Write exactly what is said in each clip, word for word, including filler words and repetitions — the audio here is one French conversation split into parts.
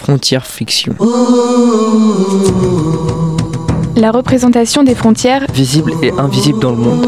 Frontières Fiction. La représentation des frontières visibles et invisibles dans le monde.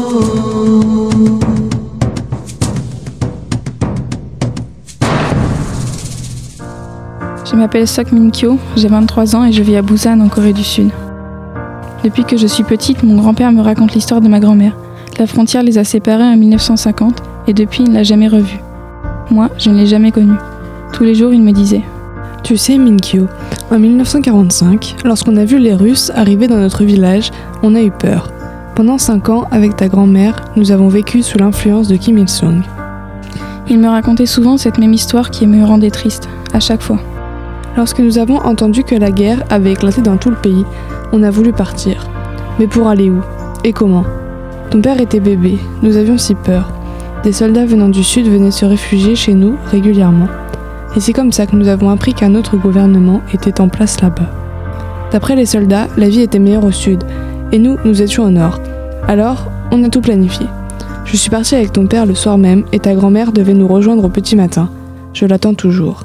Je m'appelle Sok Min-kyo, j'ai vingt-trois ans et je vis à Busan en Corée du Sud. Depuis que je suis petite, mon grand-père me raconte l'histoire de ma grand-mère. La frontière les a séparés en mille neuf cent cinquante et depuis il ne l'a jamais revue. Moi, je ne l'ai jamais connue. Tous les jours, il me disait « Tu sais, Min-kyo, en mille neuf cent quarante-cinq, lorsqu'on a vu les Russes arriver dans notre village, on a eu peur. Pendant cinq ans, avec ta grand-mère, nous avons vécu sous l'influence de Kim Il-sung. » Il me racontait souvent cette même histoire qui me rendait triste, à chaque fois. Lorsque nous avons entendu que la guerre avait éclaté dans tout le pays, on a voulu partir. Mais pour aller où? Et comment? Ton père était bébé, nous avions si peur. Des soldats venant du sud venaient se réfugier chez nous régulièrement. Et c'est comme ça que nous avons appris qu'un autre gouvernement était en place là-bas. D'après les soldats, la vie était meilleure au sud, et nous, nous étions au nord. Alors, on a tout planifié. Je suis partie avec ton père le soir même, et ta grand-mère devait nous rejoindre au petit matin. Je l'attends toujours.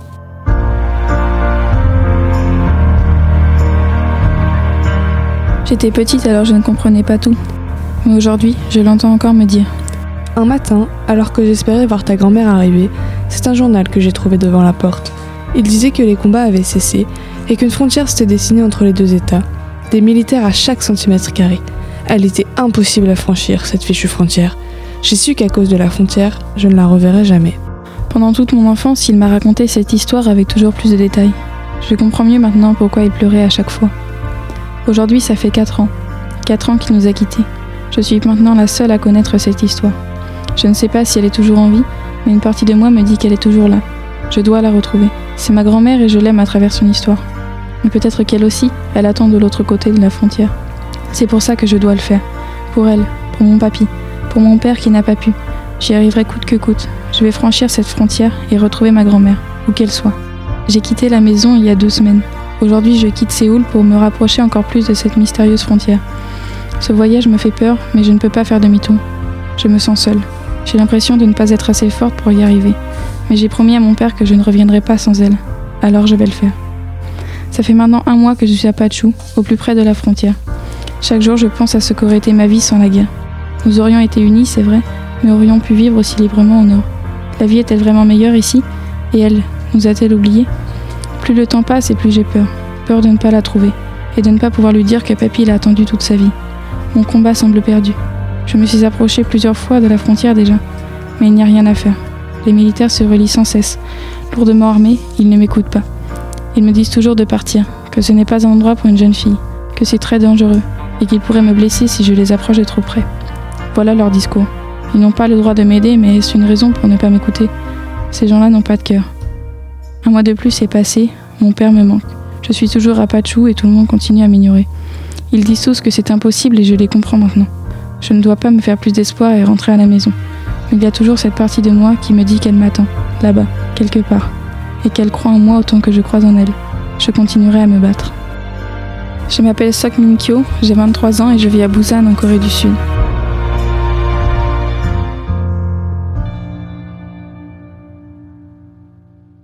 J'étais petite alors je ne comprenais pas tout. Mais aujourd'hui, je l'entends encore me dire. Un matin, alors que j'espérais voir ta grand-mère arriver, c'est un journal que j'ai trouvé devant la porte. Il disait que les combats avaient cessé et qu'une frontière s'était dessinée entre les deux États. Des militaires à chaque centimètre carré. Elle était impossible à franchir, cette fichue frontière. J'ai su qu'à cause de la frontière, je ne la reverrai jamais. Pendant toute mon enfance, il m'a raconté cette histoire avec toujours plus de détails. Je comprends mieux maintenant pourquoi il pleurait à chaque fois. Aujourd'hui, ça fait quatre ans. Quatre ans qu'il nous a quittés. Je suis maintenant la seule à connaître cette histoire. Je ne sais pas si elle est toujours en vie, mais une partie de moi me dit qu'elle est toujours là. Je dois la retrouver. C'est ma grand-mère et je l'aime à travers son histoire. Mais peut-être qu'elle aussi, elle attend de l'autre côté de la frontière. C'est pour ça que je dois le faire. Pour elle, pour mon papy, pour mon père qui n'a pas pu. J'y arriverai coûte que coûte. Je vais franchir cette frontière et retrouver ma grand-mère, où qu'elle soit. J'ai quitté la maison il y a deux semaines. Aujourd'hui, je quitte Séoul pour me rapprocher encore plus de cette mystérieuse frontière. Ce voyage me fait peur, mais je ne peux pas faire demi-tour. Je me sens seule. J'ai l'impression de ne pas être assez forte pour y arriver. Mais j'ai promis à mon père que je ne reviendrai pas sans elle. Alors je vais le faire. Ça fait maintenant un mois que je suis à Pachou, au plus près de la frontière. Chaque jour, je pense à ce qu'aurait été ma vie sans la guerre. Nous aurions été unis, c'est vrai, mais aurions pu vivre aussi librement au nord. La vie est-elle vraiment meilleure ici? Et elle, nous a-t-elle oubliés? Plus le temps passe et plus j'ai peur. Peur de ne pas la trouver. Et de ne pas pouvoir lui dire que papy l'a attendu toute sa vie. Mon combat semble perdu. Je me suis approchée plusieurs fois de la frontière déjà. Mais il n'y a rien à faire. Les militaires se relient sans cesse. Lourdement armés, ils ne m'écoutent pas. Ils me disent toujours de partir, que ce n'est pas un endroit pour une jeune fille, que c'est très dangereux, et qu'ils pourraient me blesser si je les approche de trop près. Voilà leur discours. Ils n'ont pas le droit de m'aider, mais est-ce une raison pour ne pas m'écouter? Ces gens-là n'ont pas de cœur. Un mois de plus est passé, mon père me manque. Je suis toujours à Pachou et tout le monde continue à m'ignorer. Ils disent tous que c'est impossible et je les comprends maintenant. Je ne dois pas me faire plus d'espoir et rentrer à la maison. Mais il y a toujours cette partie de moi qui me dit qu'elle m'attend, là-bas, quelque part, et qu'elle croit en moi autant que je crois en elle. Je continuerai à me battre. Je m'appelle Sok Min-kyo, j'ai vingt-trois ans et je vis à Busan en Corée du Sud.